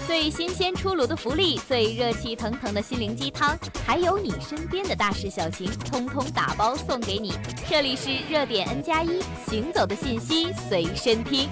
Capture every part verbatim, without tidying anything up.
最新鲜出炉的福利，最热气腾腾的心灵鸡汤，还有你身边的大事小情，通通打包送给你。这里是热点 N 加一，行走的信息随身听。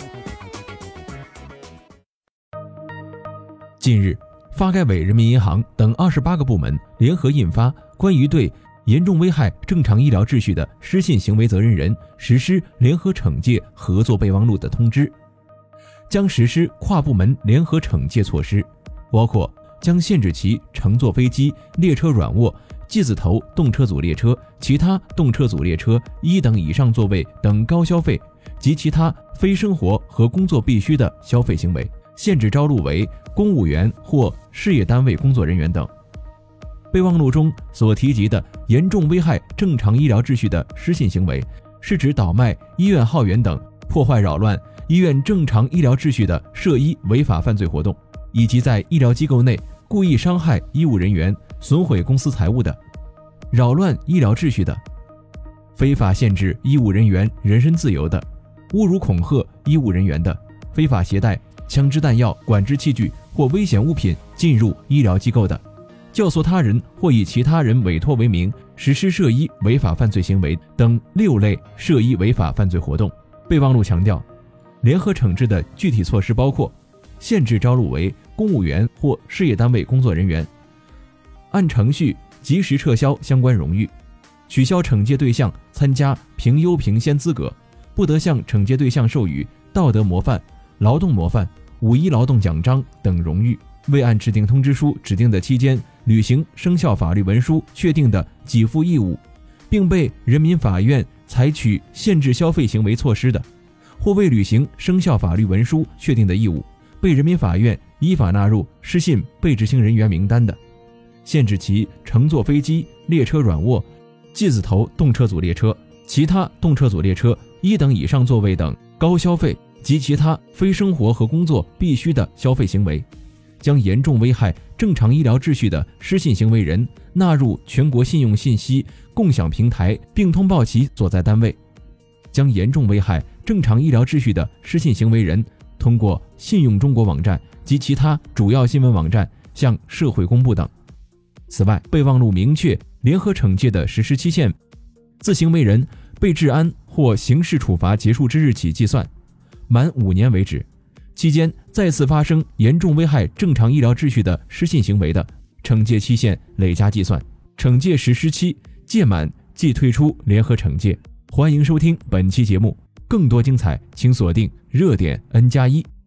近日，发改委、人民银行等二十八个部门联合印发关于对严重危害正常医疗秩序的失信行为责任人实施联合惩戒合作备忘录的通知，将实施跨部门联合惩戒措施，包括将限制其乘坐飞机、列车软卧、G 字头动车组列车、其他动车组列车一等以上座位等高消费及其他非生活和工作必须的消费行为，限制招录为公务员或事业单位工作人员等。备忘录中所提及的严重危害正常医疗秩序的失信行为，是指倒卖医院号源等破坏扰乱医院正常医疗秩序的涉医违法犯罪活动，以及在医疗机构内故意伤害医务人员、损毁公司财物的，扰乱医疗秩序的，非法限制医务人员人身自由的，侮辱恐吓医务人员的，非法携带枪支弹药、管制器具或危险物品进入医疗机构的，教唆他人或以其他人委托为名实施涉医违法犯罪行为等六类涉医违法犯罪活动。备忘录强调，联合惩治的具体措施包括限制招录为公务员或事业单位工作人员，按程序及时撤销相关荣誉，取消惩戒对象参加评优评先资格，不得向惩戒对象授予道德模范、劳动模范、五一劳动奖章等荣誉，未按指定通知书指定的期间履行生效法律文书确定的给付义务，并被人民法院采取限制消费行为措施的，或未履行生效法律文书确定的义务，被人民法院依法纳入失信被执行人员名单的，限制其乘坐飞机、列车软卧、G 字头动车组列车、其他动车组列车一等以上座位等高消费及其他非生活和工作必须的消费行为，将严重危害正常医疗秩序的失信行为人纳入全国信用信息共享平台，并通报其所在单位，将严重危害正常医疗秩序的失信行为人通过信用中国网站及其他主要新闻网站向社会公布等。此外，备忘录明确联合惩戒的实施期限自行为人被治安或刑事处罚结束之日起计算，满五年为止，期间再次发生严重危害正常医疗秩序的失信行为的，惩戒期限累加计算，惩戒实施期届满即退出联合惩戒。欢迎收听本期节目，更多精彩请锁定热点 N 加一。